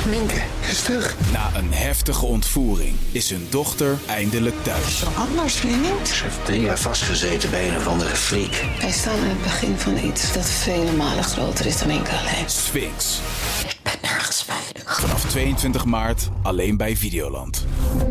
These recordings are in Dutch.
Minke is terug. Na een heftige ontvoering is hun dochter eindelijk thuis. Anders, vriend. Ze heeft 3 jaar vastgezeten bij een of andere freak. Wij staan in het begin van iets dat vele malen groter is dan Minke alleen. Sphinx. Ik ben nergens veilig. Vanaf 22 maart alleen bij Videoland.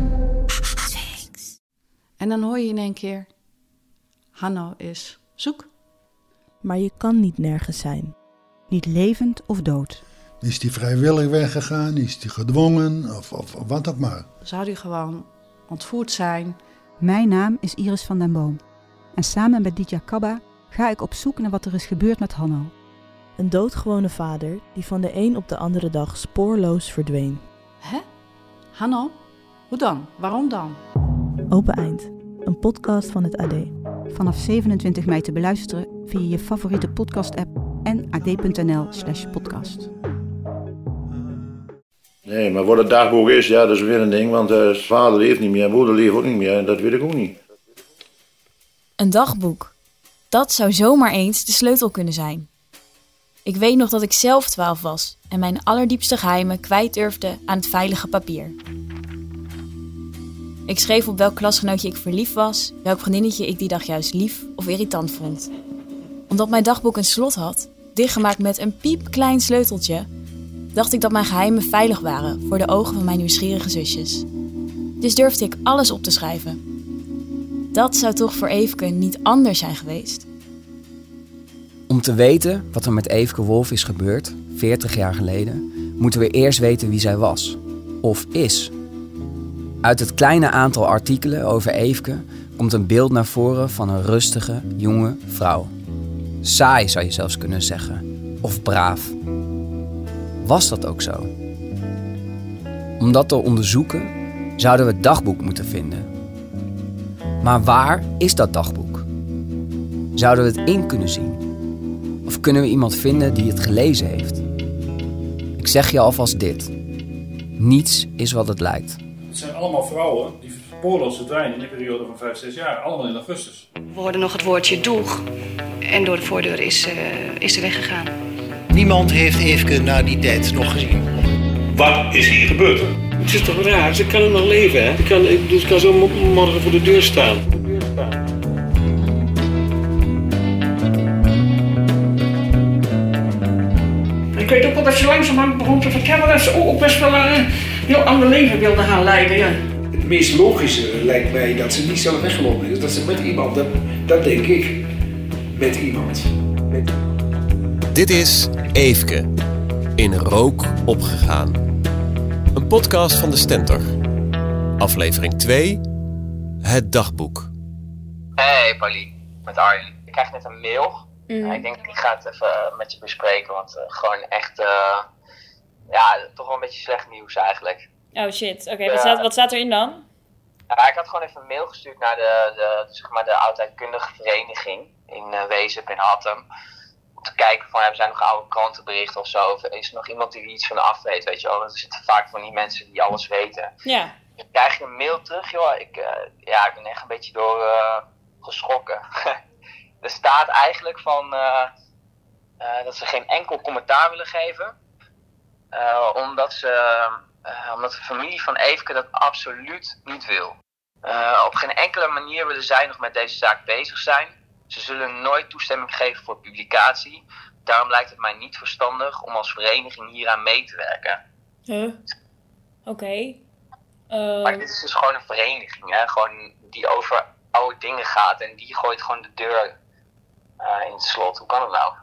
En dan hoor je in één keer... Hanno is zoek. Maar je kan niet nergens zijn. Niet levend of dood. Is die vrijwillig weggegaan? Is die gedwongen? Of wat ook maar. Zou die gewoon ontvoerd zijn? Mijn naam is Iris van den Boom. En samen met Ditya Kabba ga ik op zoek naar wat er is gebeurd met Hanno. Een doodgewone vader die van de een op de andere dag spoorloos verdween. Hè? Hanno? Hoe dan? Waarom dan? Open Eind, een podcast van het AD. Vanaf 27 mei te beluisteren via je favoriete podcast-app en ad.nl/podcast. Nee, maar wat het dagboek is, ja, dat is weer een ding. Want vader leeft niet meer, moeder leeft ook niet meer. Dat weet ik ook niet. Een dagboek. Dat zou zomaar eens de sleutel kunnen zijn. Ik weet nog dat ik zelf 12 was en mijn allerdiepste geheimen kwijt durfde aan het veilige papier. Ik schreef op welk klasgenootje ik verliefd was, welk vriendinnetje ik die dag juist lief of irritant vond. Omdat mijn dagboek een slot had, dichtgemaakt met een piepklein sleuteltje, dacht ik dat mijn geheimen veilig waren voor de ogen van mijn nieuwsgierige zusjes. Dus durfde ik alles op te schrijven. Dat zou toch voor Eefke niet anders zijn geweest? Om te weten wat er met Eefke Wolf is gebeurd, 40 jaar geleden, moeten we eerst weten wie zij was. Of is. Uit het kleine aantal artikelen over Eefke komt een beeld naar voren van een rustige, jonge vrouw. Saai zou je zelfs kunnen zeggen. Of braaf. Was dat ook zo? Om dat te onderzoeken zouden we het dagboek moeten vinden. Maar waar is dat dagboek? Zouden we het in kunnen zien? Of kunnen we iemand vinden die het gelezen heeft? Ik zeg je alvast dit. Niets is wat het lijkt. Het zijn allemaal vrouwen die spoorloos verdwijnen in een periode van 5-6 jaar. Allemaal in augustus. We hoorden nog het woordje doeg. En door de voordeur is ze weggegaan. Niemand heeft Eefke na die tijd nog gezien. Wat is hier gebeurd? Het is toch raar? Ze kan nog leven, hè? Ze kan zo morgen voor de deur staan. Ik weet ook wel dat ze langzamerhand begon te vertellen dat ze ook best wel een heel ander leven wilde gaan leiden. Ja. Het meest logische lijkt mij dat ze niet zelf weggelopen is. Dat ze met iemand, dat denk ik. Met iemand. Dit is Eefke, in rook opgegaan. Een podcast van de Stentor. Aflevering 2, het dagboek. Hey Paulien, met Arjen. Ik krijg net een mail. Ik denk, ik ga het even met je bespreken, want gewoon echt, toch wel een beetje slecht nieuws eigenlijk. Oh shit, oké, wat staat erin dan? Ik had gewoon even een mail gestuurd naar de oudheidkundige vereniging in Wezep in Hattem. Om te kijken van, zijn er nog oude krantenberichten of zo? Of is er nog iemand die er iets van af weet, weet je wel? Er zitten vaak van die mensen die alles weten. Ja. Dan krijg je een mail terug, joh. Ik ben echt een beetje door geschrokken. Er staat eigenlijk van dat ze geen enkel commentaar willen geven. Omdat de familie van Eefke dat absoluut niet wil. Op geen enkele manier willen zij nog met deze zaak bezig zijn. Ze zullen nooit toestemming geven voor publicatie. Daarom lijkt het mij niet verstandig om als vereniging hieraan mee te werken. Oké. Maar dit is dus gewoon een vereniging, hè? Gewoon die over oude dingen gaat. En die gooit gewoon de deur in het slot. Hoe kan het nou?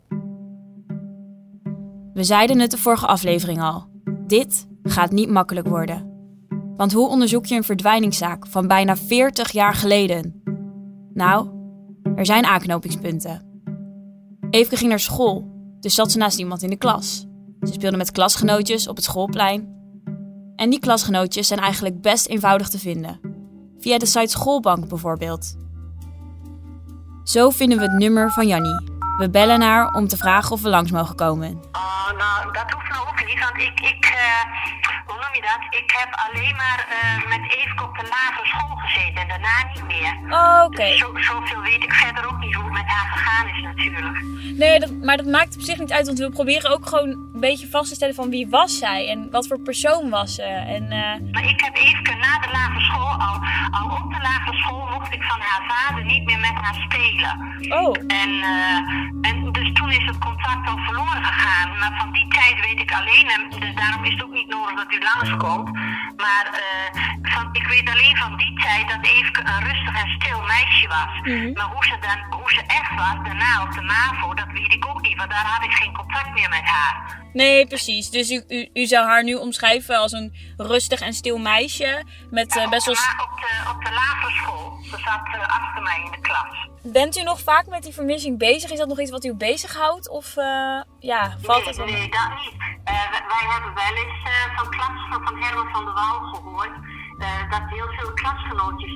We zeiden het de vorige aflevering al. Dit gaat niet makkelijk worden. Want hoe onderzoek je een verdwijningszaak van bijna 40 jaar geleden? Nou, er zijn aanknopingspunten. Eefke ging naar school, dus zat ze naast iemand in de klas. Ze speelde met klasgenootjes op het schoolplein. En die klasgenootjes zijn eigenlijk best eenvoudig te vinden. Via de site Schoolbank bijvoorbeeld. Zo vinden we het nummer van Jannie. We bellen haar om te vragen of we langs mogen komen. Oh, nou, dat hoeft nog ook niet, want hoe noem je dat? Ik heb alleen maar met Eefke op de lagere school gezeten en daarna niet meer. Oh, oké. Dus zoveel weet ik verder ook niet hoe het met haar gegaan is natuurlijk. Nee, maar dat maakt op zich niet uit, want we proberen ook gewoon een beetje vast te stellen van wie was zij en wat voor persoon was ze. Maar ik heb Eefke na de lagere school, al op de lagere school mocht ik van haar vader niet meer met haar spelen. Oh. En dus toen is het contact al verloren gegaan. Maar van die tijd weet ik alleen, en dus daarom is het ook niet nodig dat u langskomt. Maar ik weet alleen van die tijd dat Eefke een rustig en stil meisje was. Mm-hmm. Maar hoe ze echt was daarna op de MAVO, dat weet ik ook niet. Want daar had ik geen contact meer met haar. Nee, precies. Dus u zou haar nu omschrijven als een rustig en stil meisje met best wel... Op de lagere school. Ze zat achter mij in de klas. Bent u nog vaak met die vermissing bezig? Is dat nog iets wat u bezighoudt? Of valt het? Nee, dat niet. Wij hebben wel eens van klassen van Herman van der Wal gehoord dat heel veel klasgenootjes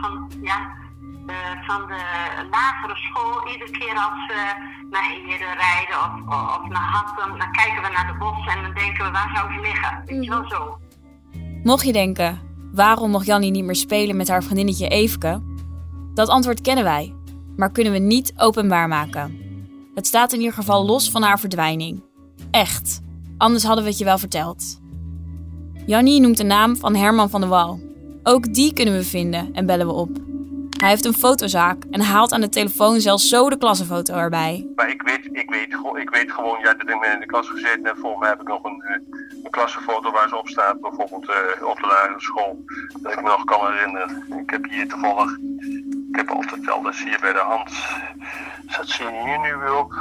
van de lagere school, iedere keer als we naar Heren rijden of naar Hattem, dan kijken we naar de bossen en dan denken we, waar zou ze liggen? Weet je wel zo. Mocht je denken, waarom mocht Jannie niet meer spelen met haar vriendinnetje Eefke? Dat antwoord kennen wij, maar kunnen we niet openbaar maken. Het staat in ieder geval los van haar verdwijning. Echt. Anders hadden we het je wel verteld. Jannie noemt de naam van Herman van der Wal. Ook die kunnen we vinden en bellen we op. Hij heeft een fotozaak en haalt aan de telefoon zelfs zo de klassenfoto erbij. Maar ik weet gewoon, ja, dat ik ben in de klas gezeten en volgens mij heb ik nog een klassenfoto waar ze op staat, bijvoorbeeld op de lagere school, dat ik me nog kan herinneren. Ik heb hier toevallig, ik heb altijd wel, dat zie je bij de hand. Zat ze hier nu weer op?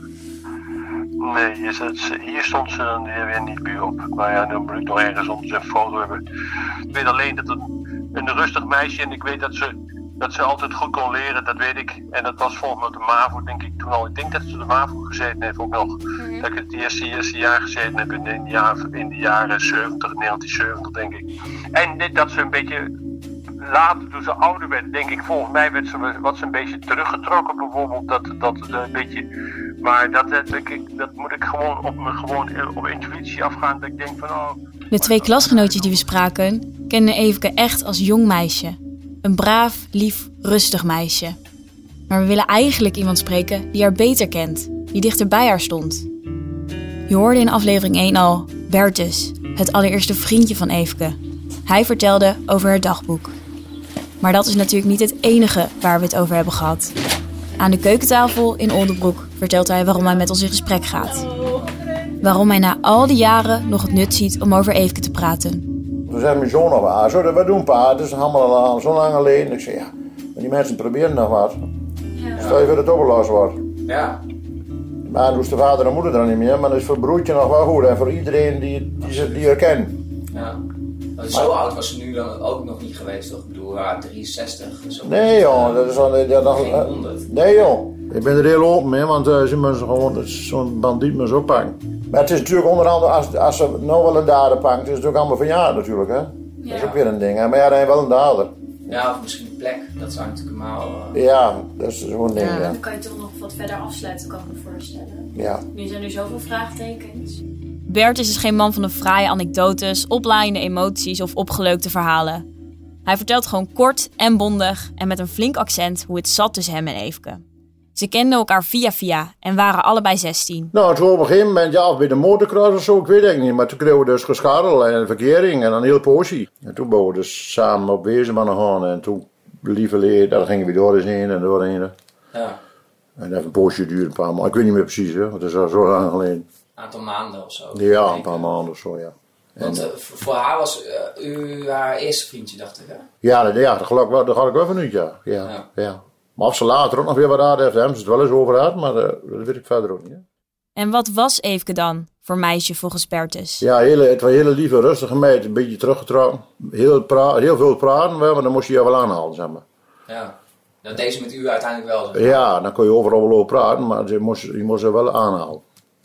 Nee, hier stond ze dan weer niet meer op. Maar ja, dan moet ik nog ergens onder een foto hebben. Ik weet alleen dat een rustig meisje en ik weet dat ze altijd goed kon leren, dat weet ik. En dat was volgens mij op de MAVO, denk ik toen al. Ik denk dat ze op de MAVO gezeten heeft ook nog. Mm-hmm. Dat ik het eerste jaar gezeten heb in de jaren 70, 1970 denk ik. En dat ze een beetje later, toen ze ouder werd, denk ik, volgens mij wat ze een beetje teruggetrokken bijvoorbeeld. Dat een beetje, maar dat moet ik gewoon op intuïtie afgaan. Dat ik denk van, De 2 klasgenootjes die we spraken, kenden Eefke echt als jong meisje. Een braaf, lief, rustig meisje. Maar we willen eigenlijk iemand spreken die haar beter kent, die dichter bij haar stond. Je hoorde in aflevering 1 al Bertus, het allereerste vriendje van Eefke. Hij vertelde over haar dagboek. Maar dat is natuurlijk niet het enige waar we het over hebben gehad. Aan de keukentafel in Oldebroek vertelt hij waarom hij met ons in gesprek gaat. Waarom hij na al die jaren nog het nut ziet om over Eefke te praten. Toen zei mijn zoon nog, zullen we doen pa, het is allemaal al zo lang alleen. Ik zei ja, maar die mensen proberen nog wat. Ja. Stel je voor dat het opgelost wordt. Ja. Maar dan is de vader en moeder dan niet meer, maar dat is voor het broertje nog wel goed en voor iedereen die herkent. Ja. Zo oud was ze nu dan ook nog niet geweest, toch? Ik bedoel, 63. Zo. Nee joh, dat is al... Geen 100. Nee joh, ik ben er heel open mee, want ze moeten gewoon zo'n bandiet maar zo pakken. Maar het is natuurlijk onder andere, als ze nou wel een dader pakken, het is natuurlijk allemaal van ja natuurlijk hè. Ja. Dat is ook weer een ding hè, maar ja, dan heb je wel een dader. Ja, of misschien een plek, dat zou natuurlijk normaal... Ja, dat is zo'n ding, ja. Dan kan je toch nog wat verder afsluiten, kan ik me voorstellen. Ja. Nu zijn er zoveel vraagtekens. Bertus is geen man van de fraaie anekdotes, oplaaiende emoties of opgeleukte verhalen. Hij vertelt gewoon kort en bondig en met een flink accent hoe het zat tussen hem en Eefke. Ze kenden elkaar via en waren allebei 16. Nou, toen op een gegeven moment, ja, of bij de motocross of zo, ik weet het niet. Maar toen kregen we dus gescharrel en verkering en een heel poosje. En toen bouwden we dus samen op Wezenmannen gaan en toen lieverlee, daar gingen we door eens heen en doorheen. Ja. En even een poosje duurde, een paar maanden. Ik weet niet meer precies, hè, want dat is al zo lang geleden. Een aantal maanden of zo. Ja, een paar maanden of zo, ja. Want voor haar was u haar eerste vriendje, dacht ik, hè? Ja, dat had ik wel vanuit, ja. Maar of ze later ook nog weer wat aan heeft, hebben ze het wel eens over gehad, maar dat weet ik verder ook niet. Hè. En wat was Eefke dan voor meisje volgens Bertus? Ja, het was een hele lieve, rustige meid, een beetje teruggetrokken. Heel veel praten, maar dan moest je wel aanhalen, zeg maar. Ja, dat deed ze met u uiteindelijk wel. Zeg maar. Ja, dan kon je overal wel over praten, maar je moest ze wel aanhalen.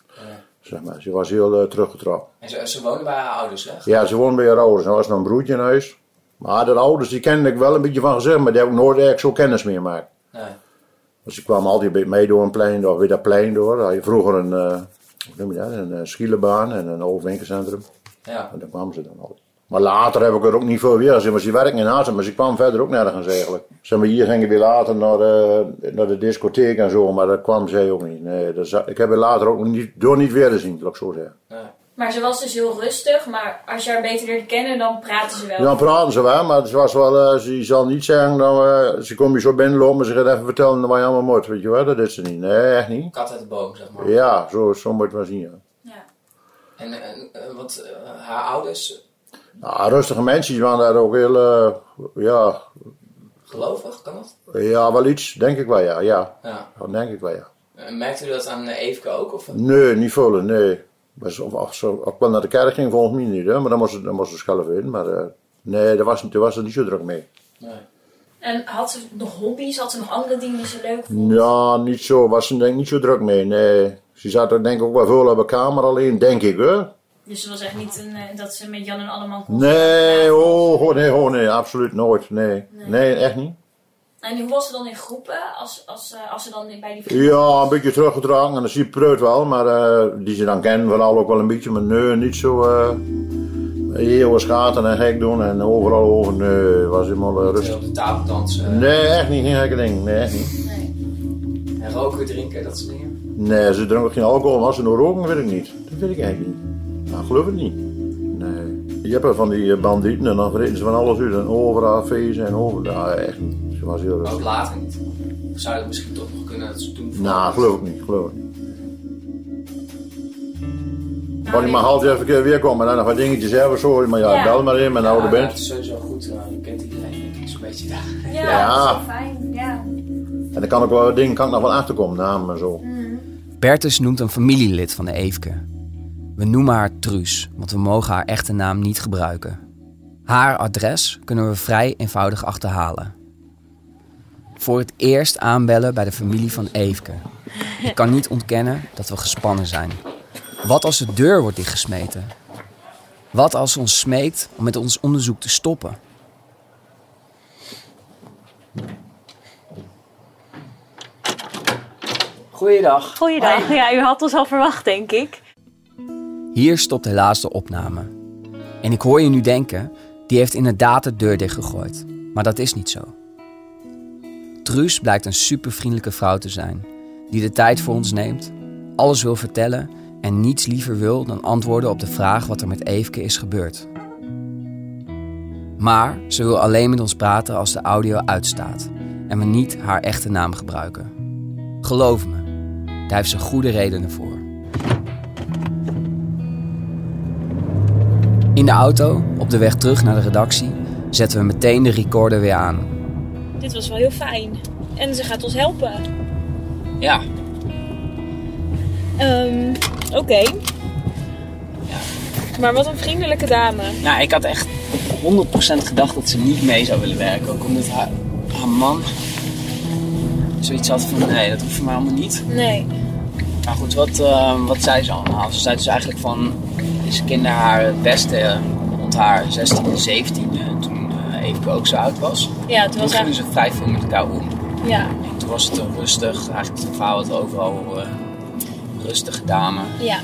Zeg maar. Ze was heel teruggetrokken. En ze woonde bij haar ouders, hè? Ja, ze woonde bij haar ouders. Er was nog een broertje in huis. Maar de ouders, die kende ik wel een beetje van gezegd, maar die heb ik nooit eigenlijk zo kennis meer gemaakt. Nee. Dus ze kwamen altijd bij mij door een plein door, weer dat plein door. Daar had je vroeger een schielerbaan en een oud winkelcentrum. Ja. En dan kwam ze dan al. Maar later heb ik er ook niet veel weer gezien. Maar ze werkte in Hazen, maar ze kwam verder ook nergens eigenlijk. Zeg maar, hier gingen we later naar de discotheek en zo, maar dat kwam zij ook niet. Nee, ik heb haar later ook niet weer gezien, wil ik zo zeggen. Nee. Maar ze was dus heel rustig, maar als je haar beter leert kennen, dan praten ze wel. Dan praten ze wel, maar het was wel, ze zal niet zeggen, ze komt je zo binnenlopen, maar ze gaat even vertellen wat je allemaal moet, weet je wel, dat is ze niet. Nee, echt niet. Kat uit de boom, zeg maar. Ja, zo moet je het wel zien, ja. En haar ouders? Nou, rustige mensen, die waren daar ook heel, Gelovig, kan dat? Ja, wel iets, denk ik wel, ja. Dat denk ik wel, ja. Merkt u dat aan Eefke ook? Of? Nee, niet vullen, nee. Als ik wel naar de kerk ging, volgens mij niet, hè? Maar dan moest ze zelf in. Maar nee, daar was er niet zo druk mee. Nee. En had ze nog hobby's? Had ze nog andere dingen die ze leuk vond? Ja, niet zo. Was ze denk ik niet zo druk mee, nee. Ze zat er denk ik ook wel veel op de kamer alleen, denk ik, hè? Dus ze was echt niet dat ze met Jan en Alleman kon Nee, nee, absoluut nooit. Nee, echt niet. En hoe was ze dan in groepen? Als ze dan bij die vrienden... Ja, een beetje teruggedragen. En dat zie je preut wel. Maar die ze dan kennen vooral ook wel een beetje. Maar nee, niet zo... heel schaten en gek doen. En overal over. Nee, was helemaal rustig. Op de tafel dansen? Nee, echt niet. Geen gekke ding. Nee, echt niet. Nee. En roken, drinken, dat soort dingen? Nee, ze drinken geen alcohol. Maar als ze nog roken, weet ik niet. Dat weet ik eigenlijk niet. Nou, geloof ik niet. Nee. Je hebt er van die bandieten en dan vreten ze van alles uit. En overal feesten en over. Nou, echt niet. Ze was heel rustig. Ook later niet? Of zou je het misschien toch nog kunnen dat ze doen? Nou, geloof ik niet. Als je maar half jaar verkeerd weer komt en dan nog wat dingetjes hebben, sorry, maar ja, bel maar in mijn oude band. Dat is sowieso goed, je kent iedereen denk ik zo'n beetje daar. Ja, dat is fijn, ja. En dan kan ook wel dingen, kan ik nog wel achterkomen, namen en zo. Bertus noemt een familielid van de Eefke. We noemen haar Truus, want we mogen haar echte naam niet gebruiken. Haar adres kunnen we vrij eenvoudig achterhalen. Voor het eerst aanbellen bij de familie van Eefke. Ik kan niet ontkennen dat we gespannen zijn. Wat als de deur wordt dichtgesmeten? Wat als ze ons smeekt om met ons onderzoek te stoppen? Goeiedag. Goeiedag. Ja, u had ons al verwacht, denk ik. Hier stopt helaas de opname. En ik hoor je nu denken, die heeft inderdaad de deur dichtgegooid. Maar dat is niet zo. Truus blijkt een supervriendelijke vrouw te zijn, die de tijd voor ons neemt, alles wil vertellen en niets liever wil dan antwoorden op de vraag wat er met Eefke is gebeurd. Maar ze wil alleen met ons praten als de audio uitstaat en we niet haar echte naam gebruiken. Geloof me, daar heeft ze goede redenen voor. In de auto, op de weg terug naar de redactie, zetten we meteen de recorder weer aan. Dit was wel heel fijn. En ze gaat ons helpen. Ja. Oké. Ja. Maar wat een vriendelijke dame. Nou, ik had echt 100% gedacht dat ze niet mee zou willen werken. Ook omdat haar man zoiets had van, nee, dat hoeft voor mij allemaal niet. Nee. Maar goed, wat zei ze allemaal? Ze zei dus eigenlijk van, ze kende haar het beste rond haar 16e, 17e, toen Eefke ook zo oud was. Ja, toen gingen ze vrij veel met elkaar om. Ja. En toen was het rustig, eigenlijk de vrouw had overal rustige dame. Ja.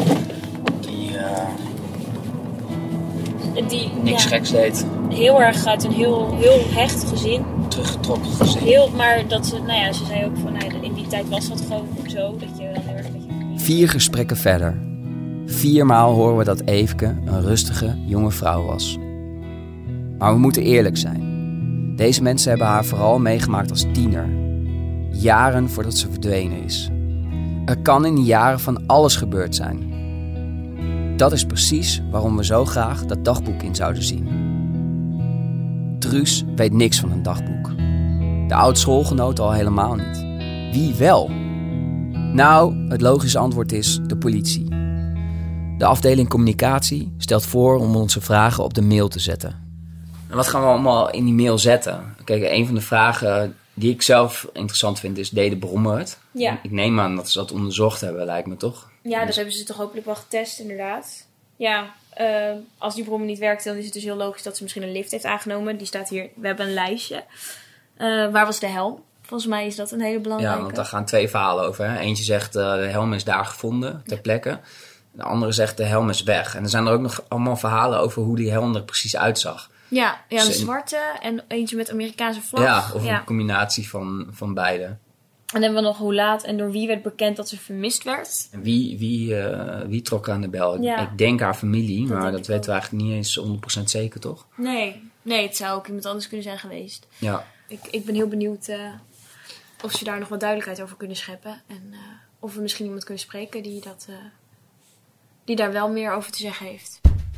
Die niks geks deed. Heel erg uit een heel hecht gezin. Teruggetrokken gezin. Maar dat ze, nou ja, ze zei ook van, in die tijd was dat gewoon zo, dat je dan heel erg 4 gesprekken verder. 4 maal horen we dat Eefke een rustige, jonge vrouw was. Maar we moeten eerlijk zijn. Deze mensen hebben haar vooral meegemaakt als tiener. Jaren voordat ze verdwenen is. Er kan in die jaren van alles gebeurd zijn. Dat is precies waarom we zo graag dat dagboek in zouden zien. Truus weet niks van een dagboek. De oud-schoolgenoten al helemaal niet. Wie wel? Nou, het logische antwoord is de politie. De afdeling communicatie stelt voor om onze vragen op de mail te zetten. En wat gaan we allemaal in die mail zetten? Kijk, een van de vragen die ik zelf interessant vind is, deed de brommer het? Ja. Ik neem aan dat ze dat onderzocht hebben, lijkt me toch? Ja, dat hebben ze toch hopelijk wel getest, inderdaad. Ja, als die brommer niet werkt, dan is het dus heel logisch dat ze misschien een lift heeft aangenomen. Die staat hier, we hebben een lijstje. Waar was de helm? Volgens mij is dat een hele belangrijke. Ja, want daar gaan 2 verhalen over. Hè? Eentje zegt, de helm is daar gevonden, ter plekke. De andere zegt de helm is weg. En er zijn er ook nog allemaal verhalen over hoe die helm er precies uitzag. Ja, een Dus zwarte en eentje met Amerikaanse vlag. Ja, of een combinatie van beide. En dan hebben we nog hoe laat en door wie werd bekend dat ze vermist werd. En wie trok aan de bel? Ja. Ik denk haar familie, maar dat weten ook. we eigenlijk niet eens 100% zeker, toch? Nee, het zou ook iemand anders kunnen zijn geweest. Ja. Ik ben heel benieuwd of ze daar nog wat duidelijkheid over kunnen scheppen. En of we misschien iemand kunnen spreken die daar wel meer over te zeggen heeft.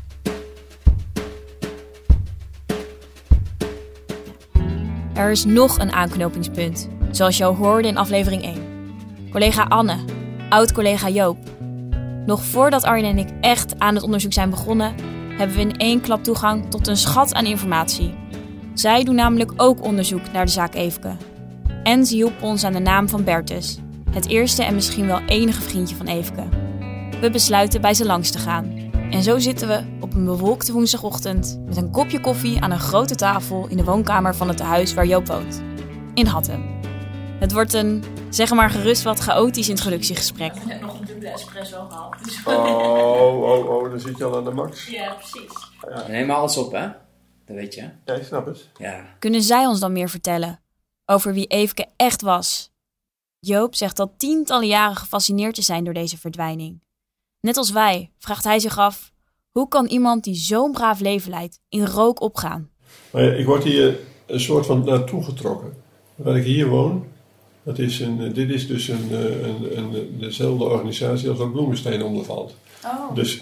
Er is nog een aanknopingspunt, zoals je al hoorde in aflevering 1. Collega Anne, oud-collega Joop. Nog voordat Arjen en ik echt aan het onderzoek zijn begonnen, hebben we in 1 klap toegang tot een schat aan informatie. Zij doen namelijk ook onderzoek naar de zaak Eefke. En ze hielpen ons aan de naam van Bertus, het eerste en misschien wel enige vriendje van Eefke. We besluiten bij ze langs te gaan. En zo zitten we op een bewolkte woensdagochtend met een kopje koffie aan een grote tafel in de woonkamer van het tehuis waar Joop woont. In Hattem. Het wordt een, zeg maar gerust wat chaotisch introductiegesprek. Ik heb nog een dubbele espresso gehad. Dan zit je al aan de max. Ja, precies. Ja. Neem maar alles op, hè? Dat weet je. Ja, ik snap het. Ja. Kunnen zij ons dan meer vertellen over wie Eefke echt was? Joop zegt al tientallen jaren gefascineerd te zijn door deze verdwijning. Net als wij vraagt hij zich af, hoe kan iemand die zo'n braaf leven leidt in rook opgaan? Maar ja, ik word hier een soort van naartoe getrokken. Waar ik hier woon, dit is dus dezelfde organisatie als wat Bloemenstein ondervalt. Oh. Dus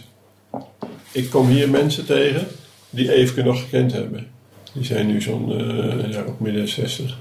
ik kom hier mensen tegen die Eefke nog gekend hebben. Die zijn nu zo'n ook midden 60.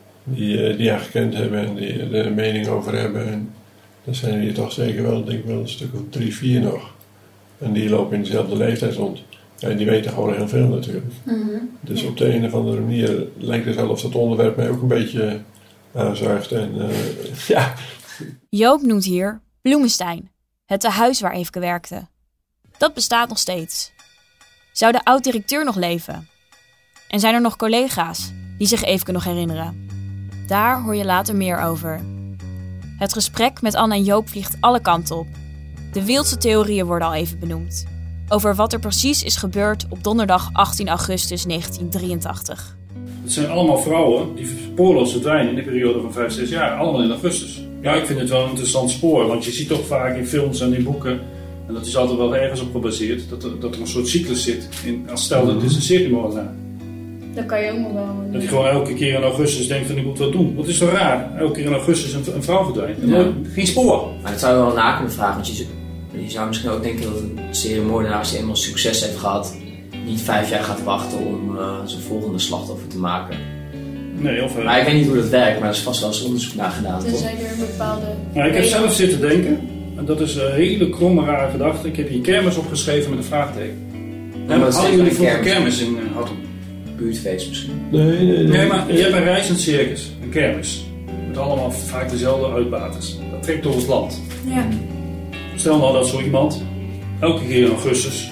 Die haar gekend hebben en die er een mening over hebben. En dan zijn er hier toch zeker wel, denk ik wel een stuk of 3, 4 nog. En die lopen in dezelfde leeftijd rond. Ja, en die weten gewoon heel veel natuurlijk. Mm-hmm. Dus op de een of andere manier lijkt het wel of dat onderwerp mij ook een beetje aanzuigt. En ja. Joop noemt hier Bloemenstein, het tehuis waar Eefke werkte. Dat bestaat nog steeds. Zou de oud-directeur nog leven? En zijn er nog collega's die zich Eefke nog herinneren? Daar hoor je later meer over. Het gesprek met Anne en Joop vliegt alle kanten op. De wildste theorieën worden al even benoemd. Over wat er precies is gebeurd op donderdag 18 augustus 1983. Het zijn allemaal vrouwen die spoorloos verdwijnen in de periode van 5, 6 jaar. Allemaal in augustus. Ja, ik vind het wel een interessant spoor. Want je ziet toch vaak in films en in boeken, en dat is altijd wel ergens op gebaseerd, dat er een soort cyclus zit. Als stel dat het is een seriemoordenaar. Dat kan je ook nog wel. Dat hij gewoon elke keer in augustus denkt van ik moet wat doen. Wat is toch raar? Elke keer in augustus een vrouw verdwijnt. Ja. Geen spoor. Maar dat zou je wel na kunnen vragen. Want je zou misschien ook denken dat een seriemoordenaar, als hij eenmaal succes heeft gehad, niet 5 jaar gaat wachten om zijn volgende slachtoffer te maken. Nee, of... Maar ik weet niet hoe dat werkt, maar er is vast wel eens onderzoek naar gedaan. Er zijn er een bepaalde... Nou, ik heb zelf zitten denken. En dat is een hele kromme, rare gedachte. Ik heb hier kermis opgeschreven met een vraagteken. Ja, maar hadden jullie vroeger kermis in Hattem? Buurtfeest misschien? Nee, maar je hebt een reizend circus, een kermis. Met allemaal vaak dezelfde uitbaters. Dat trekt door het land. Ja. Stel nou dat zo iemand elke keer in augustus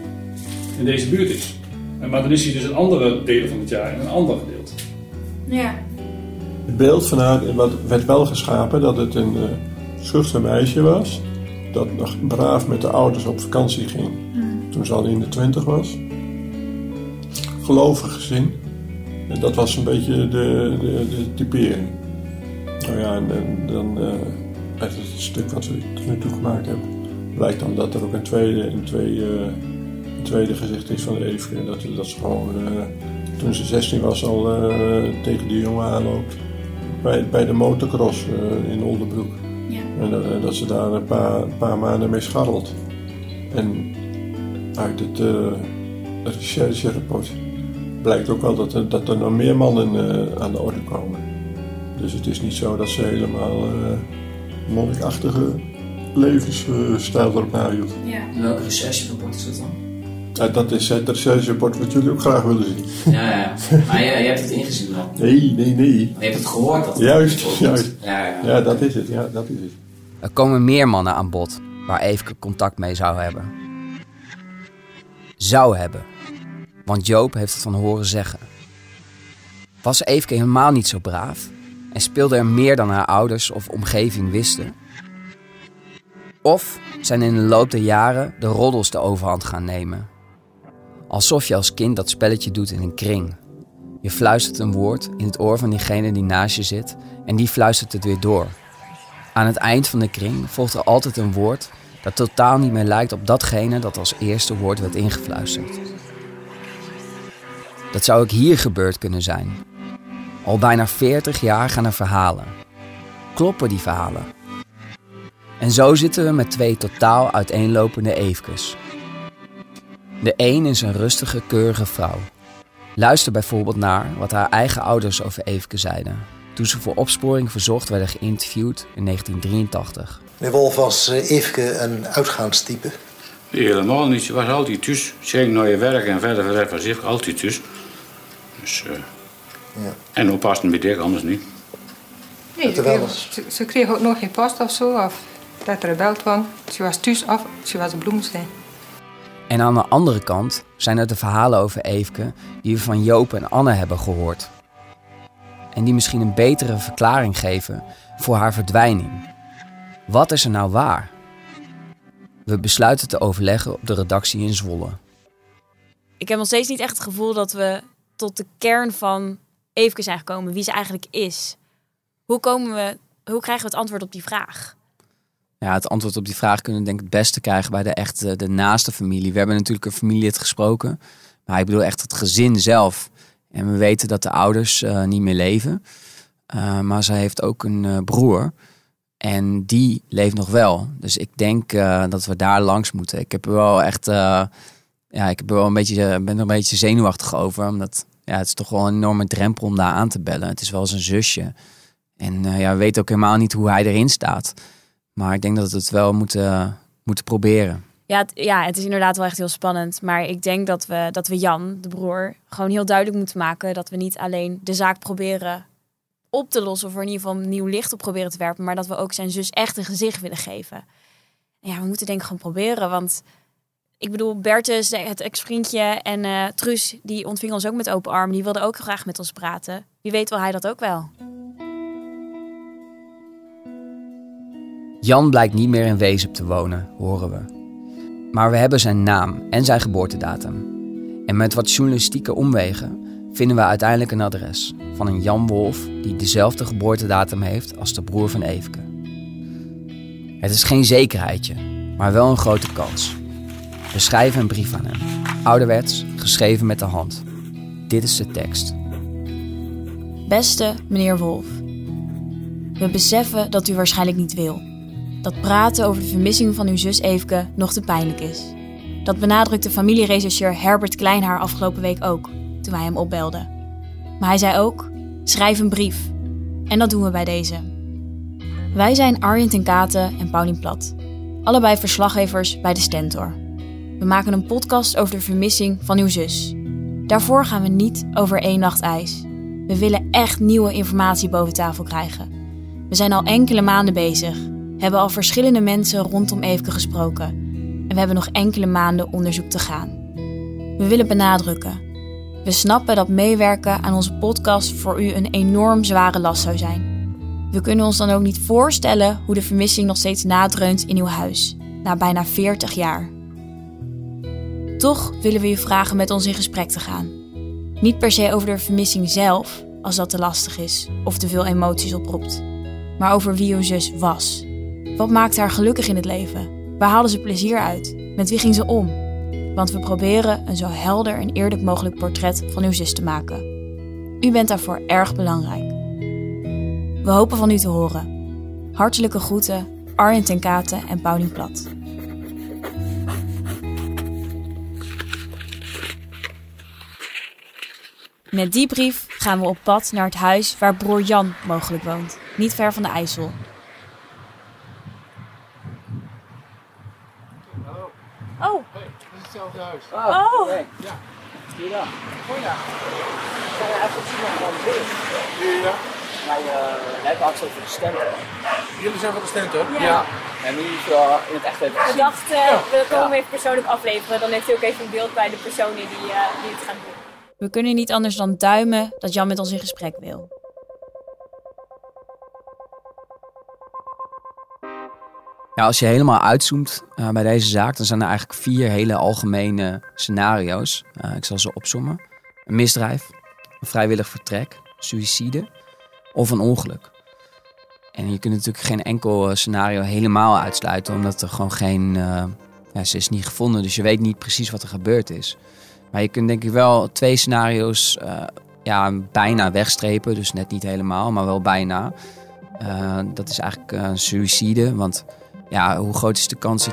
in deze buurt is. Maar dan is hij dus een andere delen van het jaar in een ander gedeelte. Ja. Het beeld van haar werd wel geschapen dat het een schuchter meisje was. Dat nog braaf met de ouders op vakantie ging. Toen ze al in de 20 was. Gelovig gezin. En dat was een beetje de typering. Nou ja, en dan uit het stuk wat we tot nu toe gemaakt hebben, blijkt dan dat er ook een tweede gezicht is van Eefke. Dat ze gewoon, toen ze 16 was, al tegen die jongen aanloopt. Bij de motocross in Oldenbroek. Ja. En dat ze daar een paar maanden mee scharrelt. En uit het rechercherapport blijkt ook wel dat er nog meer mannen aan de orde komen. Dus het is niet zo dat ze helemaal monnikachtige levensstijl erop nahield. Ja. Welke rechercherapport is dat dan? Dat is het rechercherapport wat jullie ook graag willen zien. Ja. Maar je hebt het ingezien dan? Nee. Je hebt het gehoord? Dat Juist. Ja, dat is het. Er komen meer mannen aan bod waar Eefke contact mee zou hebben. Zou hebben. Want Joop heeft het van horen zeggen. Was Eefke helemaal niet zo braaf? En speelde er meer dan haar ouders of omgeving wisten? Of zijn in de loop der jaren de roddels de overhand gaan nemen. Alsof je als kind dat spelletje doet in een kring. Je fluistert een woord in het oor van diegene die naast je zit en die fluistert het weer door. Aan het eind van de kring volgt er altijd een woord dat totaal niet meer lijkt op datgene dat als eerste woord werd ingefluisterd. Dat zou ook hier gebeurd kunnen zijn. Al bijna 40 jaar gaan er verhalen. Kloppen die verhalen? En zo zitten we met 2 totaal uiteenlopende Eefkes. De een is een rustige, keurige vrouw. Luister bijvoorbeeld naar wat haar eigen ouders over Eefke zeiden, toen ze voor Opsporing Verzocht werden geïnterviewd in 1983. Meneer Wolf, was Eefke een uitgaanstype? Nee, helemaal niet. Ze was altijd thuis. Ze ging naar je werk en verder was ze altijd thuis. Dus, ja. En oppassen bij dik, anders niet. Nee, ze kreeg ook nog geen post of zo, of dat er gebeld was. Ze was thuis of ze was een bloemsteen. En aan de andere kant zijn er de verhalen over Eefke die we van Joop en Anne hebben gehoord. En die misschien een betere verklaring geven voor haar verdwijning. Wat is er nou waar? We besluiten te overleggen op de redactie in Zwolle. Ik heb nog steeds niet echt het gevoel dat we tot de kern van Eefke zijn gekomen, wie ze eigenlijk is. Hoe krijgen we het antwoord op die vraag? Ja, het antwoord op die vraag kunnen we denk ik het beste krijgen bij de naaste familie. We hebben natuurlijk een familielid gesproken, maar ik bedoel echt het gezin zelf. En we weten dat de ouders niet meer leven. Maar zij heeft ook een broer. En die leeft nog wel. Dus ik denk dat we daar langs moeten. Ik heb er wel echt... ben er een beetje zenuwachtig over. Omdat het is toch wel een enorme drempel om daar aan te bellen. Het is wel zijn zusje. En we weten ook helemaal niet hoe hij erin staat. Maar ik denk dat we het wel moeten proberen. Het is inderdaad wel echt heel spannend. Maar ik denk dat we Jan, de broer, gewoon heel duidelijk moeten maken dat we niet alleen de zaak proberen op te lossen, of er in ieder geval nieuw licht op proberen te werpen, maar dat we ook zijn zus echt een gezicht willen geven. En ja, we moeten denk ik gewoon proberen, want ik bedoel, Bertus, het ex-vriendje, en Truus, die ontving ons ook met open armen. Die wilde ook graag met ons praten. Wie weet wil hij dat ook wel. Jan blijkt niet meer in Wezep te wonen, horen we. Maar we hebben zijn naam en zijn geboortedatum. En met wat journalistieke omwegen vinden we uiteindelijk een adres van een Jan Wolf die dezelfde geboortedatum heeft als de broer van Eefke. Het is geen zekerheidje, maar wel een grote kans. We schrijven een brief aan hem, ouderwets, geschreven met de hand. Dit is de tekst. Beste meneer Wolf, we beseffen dat u waarschijnlijk niet wil. Dat praten over de vermissing van uw zus Eefke nog te pijnlijk is. Dat benadrukte familierechercheur Herbert Kleinhaar afgelopen week ook, toen wij hem opbelden. Maar hij zei ook, schrijf een brief. En dat doen we bij deze. Wij zijn Arjen ten Katen en Paulien Plat. Allebei verslaggevers bij de Stentor. We maken een podcast over de vermissing van uw zus. Daarvoor gaan we niet over 1 nacht ijs. We willen echt nieuwe informatie boven tafel krijgen. We zijn al enkele maanden bezig. Hebben al verschillende mensen rondom Eefke gesproken. En we hebben nog enkele maanden onderzoek te gaan. We willen benadrukken. We snappen dat meewerken aan onze podcast voor u een enorm zware last zou zijn. We kunnen ons dan ook niet voorstellen hoe de vermissing nog steeds nadreunt in uw huis, na bijna 40 jaar. Toch willen we u vragen met ons in gesprek te gaan. Niet per se over de vermissing zelf, als dat te lastig is of te veel emoties oproept. Maar over wie uw zus was. Wat maakte haar gelukkig in het leven? Waar haalde ze plezier uit? Met wie ging ze om? Want we proberen een zo helder en eerlijk mogelijk portret van uw zus te maken. U bent daarvoor erg belangrijk. We hopen van u te horen. Hartelijke groeten, Arjen ten Katen en Paulien Plat. Met die brief gaan we op pad naar het huis waar broer Jan mogelijk woont. Niet ver van de IJssel. Oh. Hey, dat is hetzelfde huis. Oh. Hey. Ja. Goeiedag. Goeiedag. Ik ga even op zoek naar van de ja. Wij hebben angst over de Stentor. Jullie zijn van de Stentor? Ja. En nu in het echt even We dachten, we komen even persoonlijk afleveren. Dan heeft u ook even een beeld bij de personen die het gaan doen. We kunnen niet anders dan duimen dat Jan met ons in gesprek wil. Ja, als je helemaal uitzoomt bij deze zaak, dan zijn er eigenlijk 4 hele algemene scenario's. Ik zal ze opsommen. Een misdrijf, een vrijwillig vertrek, suïcide of een ongeluk. En je kunt natuurlijk geen enkel scenario helemaal uitsluiten, omdat er gewoon geen... ze is niet gevonden, dus je weet niet precies wat er gebeurd is. Maar je kunt denk ik wel 2 scenario's bijna wegstrepen. Dus net niet helemaal, maar wel bijna. Dat is eigenlijk een suïcide. Want hoe groot is de kans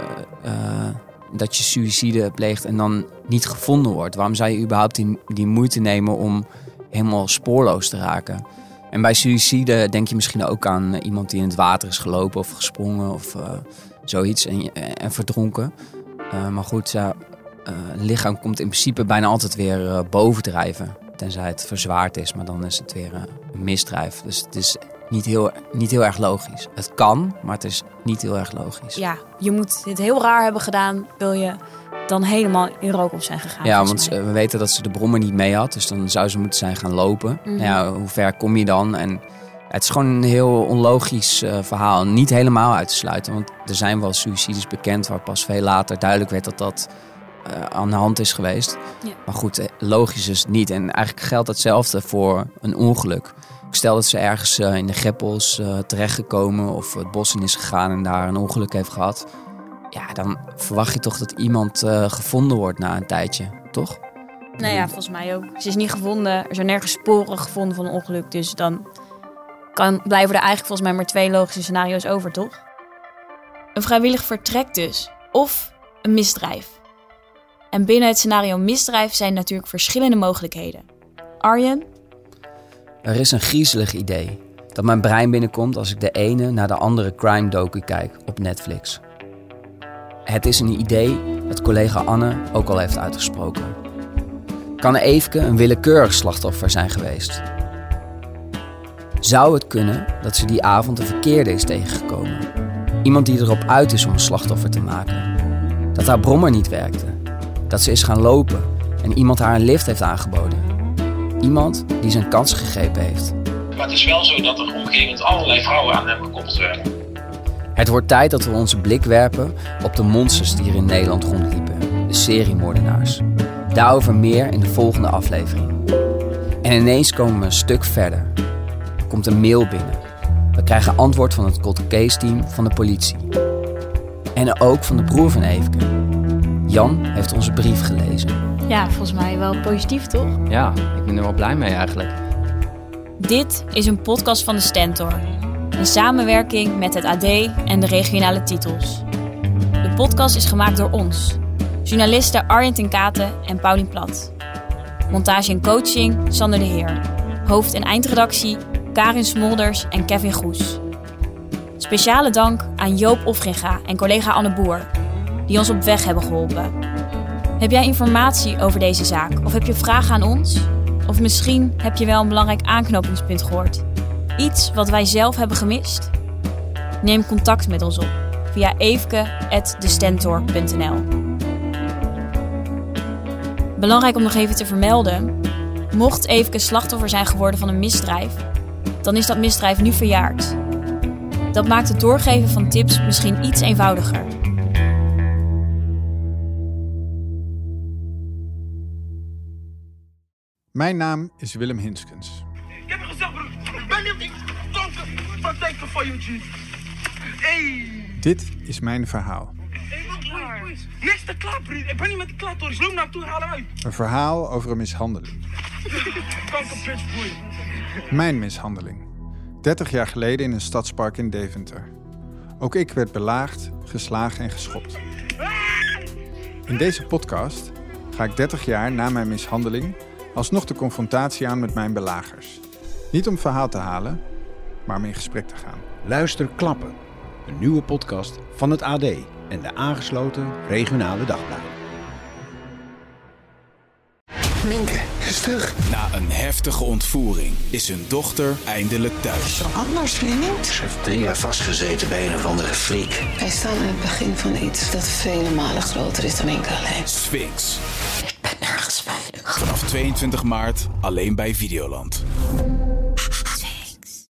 dat je suïcide pleegt en dan niet gevonden wordt? Waarom zou je überhaupt die moeite nemen om helemaal spoorloos te raken? En bij suïcide denk je misschien ook aan iemand die in het water is gelopen of gesprongen of zoiets en verdronken. Maar goed, een lichaam komt in principe bijna altijd weer bovendrijven. Tenzij het verzwaard is, maar dan is het weer een misdrijf. Dus het is niet heel erg logisch. Het kan, maar het is niet heel erg logisch. Ja, je moet dit heel raar hebben gedaan, wil je dan helemaal in rook op zijn gegaan. Ja, want we weten dat ze de brommer niet mee had. Dus dan zou ze moeten zijn gaan lopen. Mm-hmm. Ja, hoe ver kom je dan? En het is gewoon een heel onlogisch verhaal. Niet helemaal uit te sluiten. Want er zijn wel suïcides bekend waar pas veel later duidelijk werd dat aan de hand is geweest. Ja. Maar goed, logisch is het niet. En eigenlijk geldt hetzelfde voor een ongeluk. Stel dat ze ergens in de greppels terechtgekomen of het bos in is gegaan en daar een ongeluk heeft gehad. Ja, dan verwacht je toch dat iemand gevonden wordt na een tijdje, toch? Nou ja, volgens mij ook. Ze is niet gevonden. Er zijn nergens sporen gevonden van een ongeluk. Dus dan blijven er eigenlijk volgens mij maar 2 logische scenario's over, toch? Een vrijwillig vertrek dus. Of een misdrijf. En binnen het scenario misdrijf zijn natuurlijk verschillende mogelijkheden. Arjen? Er is een griezelig idee dat mijn brein binnenkomt als ik de ene naar de andere crime docu kijk op Netflix. Het is een idee dat collega Anne ook al heeft uitgesproken. Kan Eefke een willekeurig slachtoffer zijn geweest? Zou het kunnen dat ze die avond een verkeerde is tegengekomen? Iemand die erop uit is om een slachtoffer te maken. Dat haar brommer niet werkte. Dat ze is gaan lopen en iemand haar een lift heeft aangeboden. Iemand die zijn kans gegrepen heeft. Maar het is wel zo dat er omgevend allerlei vrouwen aan hem gekoppeld werden. Het wordt tijd dat we onze blik werpen op de monsters die er in Nederland rondliepen. De seriemoordenaars. Daarover meer in de volgende aflevering. En ineens komen we een stuk verder. Er komt een mail binnen. We krijgen antwoord van het cold case team van de politie. En ook van de broer van Eefke. Jan heeft onze brief gelezen. Ja, volgens mij wel positief, toch? Ja, ik ben er wel blij mee eigenlijk. Dit is een podcast van de Stentor. In samenwerking met het AD en de regionale titels. De podcast is gemaakt door ons. Journalisten Arjen ten Katen en Paulien Plat. Montage en coaching Sander de Heer. Hoofd- en eindredactie Karin Smolders en Kevin Goes. Speciale dank aan Joop Ofringa en collega Anne Boer, die ons op weg hebben geholpen. Heb jij informatie over deze zaak of heb je vragen aan ons? Of misschien heb je wel een belangrijk aanknopingspunt gehoord. Iets wat wij zelf hebben gemist? Neem contact met ons op via eefke@destentor.nl. Belangrijk om nog even te vermelden: mocht Eefke slachtoffer zijn geworden van een misdrijf, dan is dat misdrijf nu verjaard. Dat maakt het doorgeven van tips misschien iets eenvoudiger. Mijn naam is Willem Hinskens. Ik heb je gezegd, broer. Ik ben niet van denken van je, G. Hey. Dit is mijn verhaal. Niks te klaar, broer. Ik ben niet met de klaar, Toris. Loop naar toe, haal hem uit. Een verhaal over een mishandeling. Kankerpits, broer. Mijn mishandeling. 30 jaar geleden in een stadspark in Deventer. Ook ik werd belaagd, geslagen en geschopt. In deze podcast ga ik 30 jaar na mijn mishandeling alsnog de confrontatie aan met mijn belagers. Niet om verhaal te halen, maar om in gesprek te gaan. Luister Klappen, een nieuwe podcast van het AD en de aangesloten regionale dagbladen. Minke is terug. Na een heftige ontvoering is hun dochter eindelijk thuis. Zo anders, vriendin. Ze heeft 3 jaar vastgezeten bij een of andere freak. Wij staan aan het begin van iets dat vele malen groter is dan enkel alleen. Sphinx. Ik ben nergens veilig. Vanaf 22 maart alleen bij Videoland.